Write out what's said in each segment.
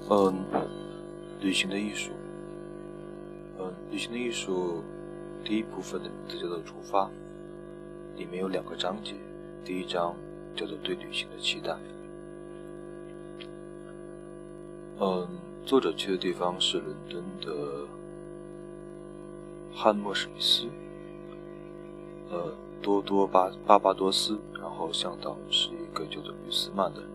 旅行的艺术。旅行的艺术第一部分的名字叫做出发，里面有2个章节，第一章叫做对旅行的期待。作者去的地方是伦敦的汉默史密斯，巴巴多斯，然后向导是一个叫做吕斯曼的人。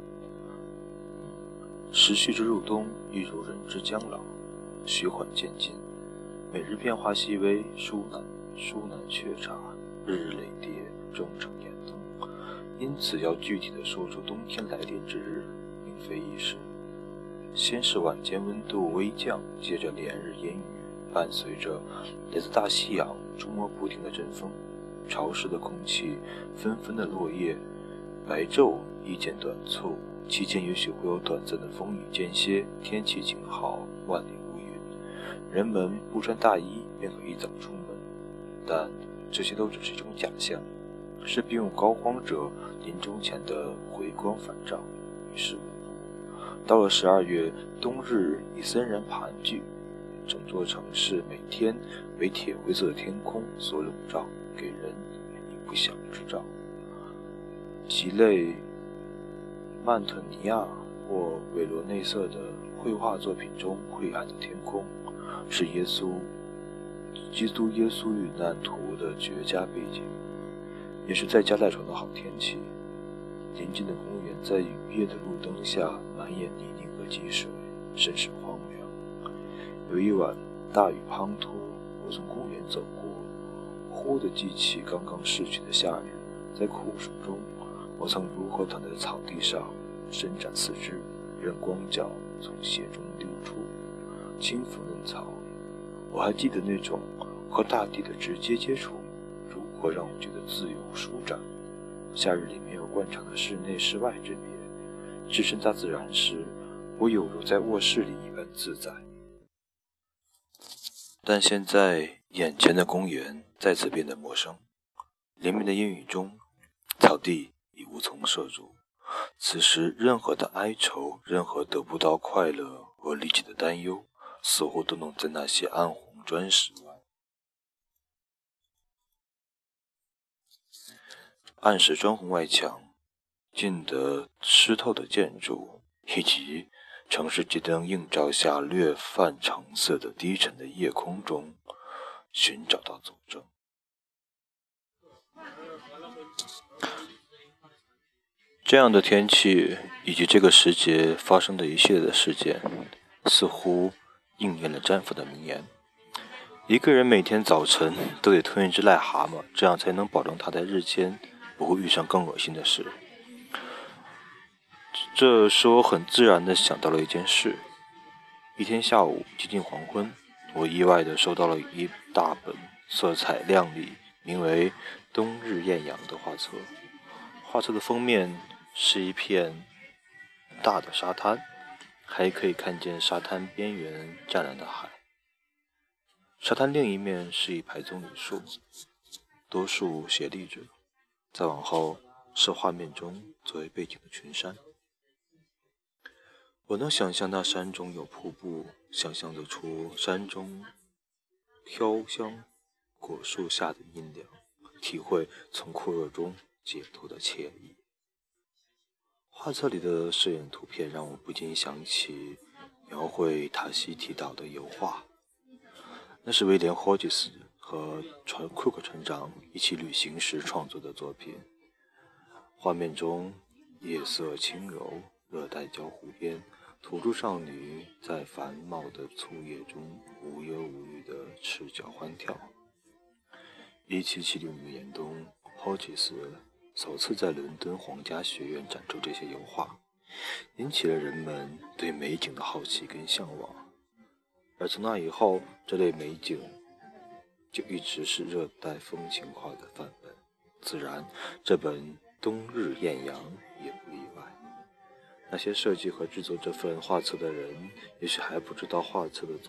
时序之入冬，一如人之将老，徐缓渐进，每日变化细微，疏难却察，日日累叠，终成严冬。因此要具体地说出冬天来临之日，并非易事。先是晚间温度微降，接着连日阴雨，伴随着来自大西洋捉摸不定的阵风，潮湿的空气，纷纷的落叶，白昼一见短促，期间也许会有短暂的风雨间歇，天气晴好，万里无云，人们不穿大衣便可一早出门。但这些都只是一种假象，是病入膏肓者临终前的回光返照，于事无补。到了12月，冬日已森然盘踞，整座城市每天为铁灰色的天空所笼罩，给人以不祥之兆。其类曼特尼亚或韦罗内瑟的绘画作品中灰暗的天空，是基督耶稣遇难图的绝佳背景，也是在家赖床的好天气。邻近的公园在雨夜的路灯下满眼泥泞和积水，甚是荒凉。有一晚大雨滂沱，我从公园走过，忽地记起刚刚逝去的夏日，在酷暑中我曾如何躺在草地上伸展四肢，任光脚从血中流出，轻抚嫩草。我还记得那种和大地的直接接触如何让我觉得自由舒展。夏日里没有惯常的室内室外之别，置身大自然时，我有如在卧室里一般自在。但现在眼前的公园再次变得陌生，连绵的阴雨中，草地已无从涉足。此时任何的哀愁，任何得不到快乐和力气的担忧，似乎都能在那些暗红砖石外。暗石砖红外墙，近得湿透的建筑，以及城市街灯映照下略泛橙色的低沉的夜空中，寻找到佐证。这样的天气以及这个时节发生的一系列的事件，似乎应验了詹佛的名言：一个人每天早晨都得吞一只癞蛤蟆，这样才能保证他在日间不会遇上更恶心的事。这使我很自然地想到了一件事。一天下午接近黄昏，我意外地收到了一大本色彩亮丽，名为《冬日艳阳》的画册。画册的封面是一片大的沙滩，还可以看见沙滩边缘湛蓝的海。沙滩另一面是一排棕榈树，多树斜立着，再往后是画面中作为背景的群山。我能想象那山中有瀑布，想象得出山中飘香果树下的阴凉，体会从酷热中解脱的惬意。画册里的摄影图片让我不禁想起描绘塔希提岛的油画，那是威廉·霍吉斯和库克船长一起旅行时创作的作品。画面中夜色轻柔，热带礁湖边，土著少女在繁茂的粗叶中无忧无虑地赤脚欢跳。1776年严冬，霍吉斯首次在伦敦皇家学院展出这些油画，引起了人们对美景的好奇跟向往。而从那以后，这类美景就一直是热带风情画的范本，自然这本《冬日艳阳》也不例外。那些设计和制作这份画册的人，也许还不知道画册的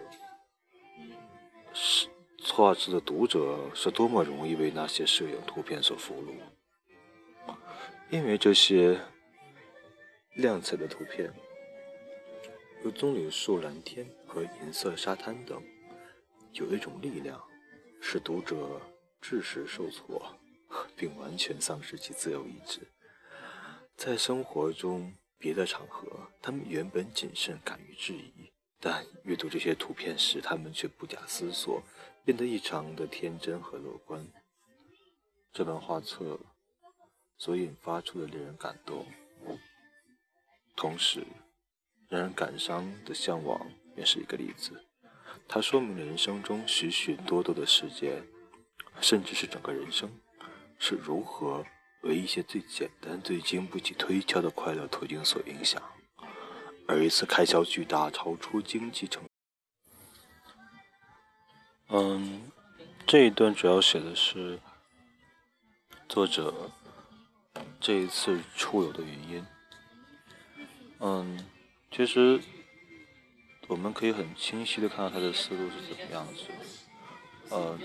读者是多么容易为那些摄影图片所俘虏，因为这些亮彩的图片如棕榈树、蓝天和银色沙滩等，有一种力量使读者致使受挫，并完全丧失其自由意志。在生活中别的场合，他们原本谨慎敢于质疑，但阅读这些图片时，他们却不假思索，变得异常的天真和乐观。这本画册所引发出的令人感动，同时让人感伤的向往也是一个例子。它说明了人生中许许多多的事件，甚至是整个人生，是如何为一些最简单、最经不起推敲的快乐途径所影响，而一次开销巨大、超出经济成这一段主要写的是作者这一次出游的原因。其实我们可以很清晰的看到他的思路是怎么样子。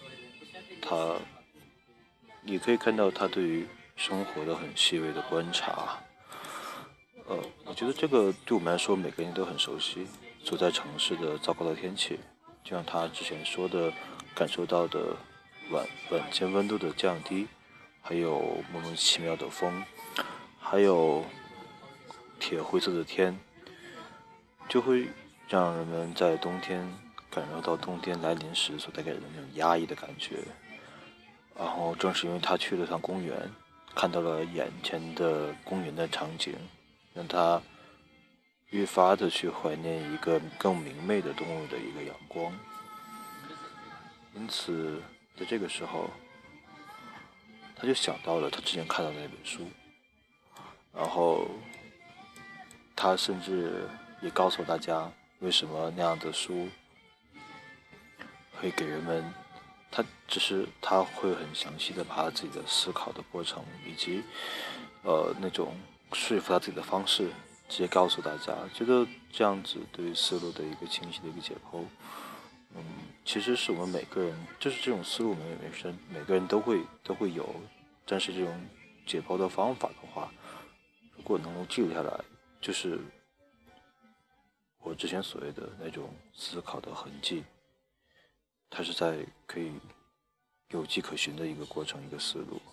你可以看到他对于生活的很细微的观察。我觉得这个对我们来说每个人都很熟悉。处在城市的糟糕的天气，就像他之前说的，感受到的晚间温度的降低，还有莫名其妙的风，还有铁灰色的天，就会让人们在冬天感受到冬天来临时所带给人的那种压抑的感觉。然后正是因为他去了趟公园，看到了眼前的公园的场景，让他愈发的去怀念一个更明媚的动物的一个阳光。因此在这个时候，他就想到了他之前看到的那本书，然后他甚至也告诉大家为什么那样的书会给人们，他会很详细的把他自己的思考的过程以及那种说服他自己的方式直接告诉大家。觉得这样子对于思路的一个清晰的一个解剖，其实是我们每个人，就是这种思路，每个人都会有，但是这种解剖的方法的话，如果能够记录下来，就是我之前所谓的那种思考的痕迹，它是在可以有迹可循的一个过程，一个思路。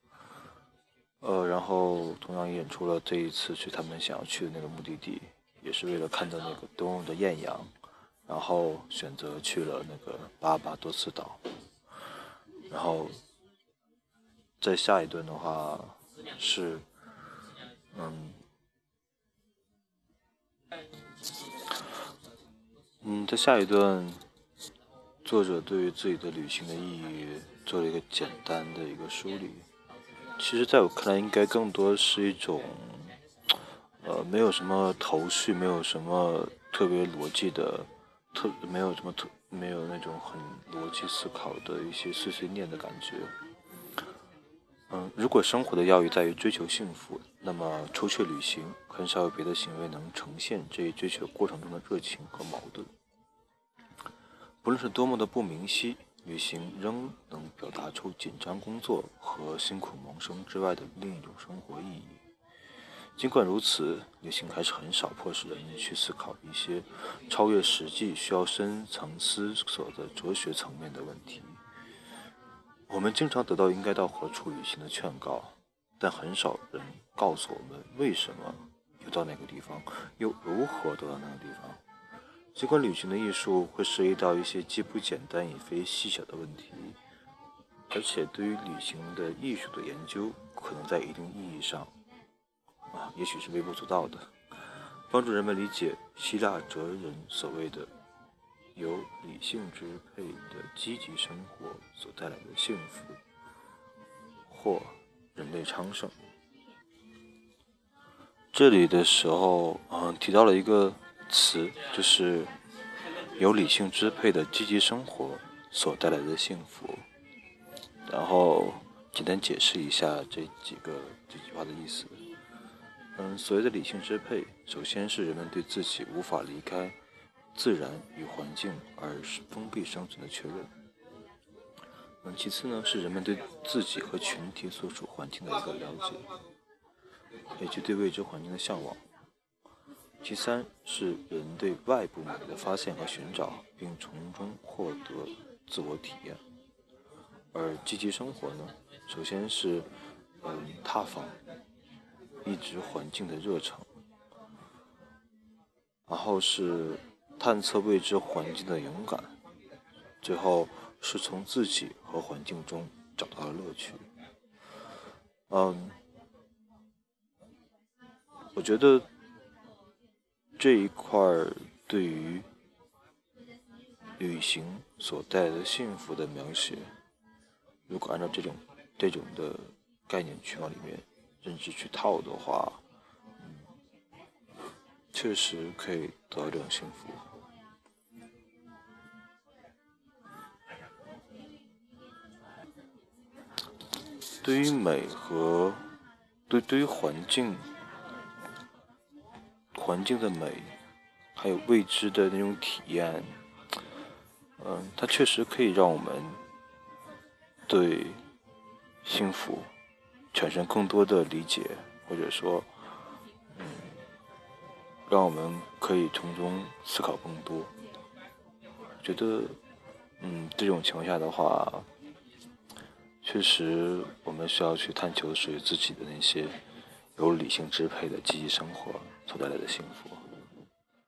然后同样演出了这一次去他们想要去的那个目的地，也是为了看到那个冬日的艳阳，然后选择去了那个巴巴多斯岛。然后在下一段的话是，在下一段，作者对于自己的旅行的意义做了一个简单的一个梳理。其实在我看来，应该更多是一种没有什么头绪，没有什么特别逻辑的，没有那种很逻辑思考的一些碎碎念的感觉。如果生活的要义在于追求幸福，那么出去旅行很少有别的行为能呈现这一追求过程中的热情和矛盾。不论是多么的不明晰，旅行仍能表达出紧张工作和辛苦谋生之外的另一种生活意义。尽管如此，旅行还是很少迫使人们去思考一些超越实际、需要深层思索的哲学层面的问题。我们经常得到应该到何处旅行的劝告，但很少人告诉我们为什么要到那个地方，又如何到那个地方。尽管旅行的艺术会涉及到一些既不简单也非细小的问题，而且对于旅行的艺术的研究，可能在一定意义上也许是微不足道的，帮助人们理解希腊哲人所谓的由理性支配的积极生活所带来的幸福或人类昌盛。这里的时候提到了一个词，就是由理性支配的积极生活所带来的幸福。然后简单解释一下这句话的意思。所谓的理性支配，首先是人们对自己无法离开自然与环境而封闭生存的确认。其次呢，是人们对自己和群体所处环境的一个了解，以及对未知环境的向往。 其三是人对外部美的发现和寻找，并从中获得自我体验。而积极生活呢，首先是踏访已知环境的热忱，然后是探测未知环境的勇敢，最后是从自己和环境中找到了乐趣。我觉得这一块对于旅行所带来的幸福的描写，如果按照这种的概念去往里面认知去套的话，确实可以得到这种幸福。对于美和对于环境的美，还有未知的那种体验，它确实可以让我们对幸福产生更多的理解，或者说，让我们可以从中思考更多。觉得，这种情况下的话，确实我们需要去探求属于自己的那些由理性支配的积极生活所带来的幸福。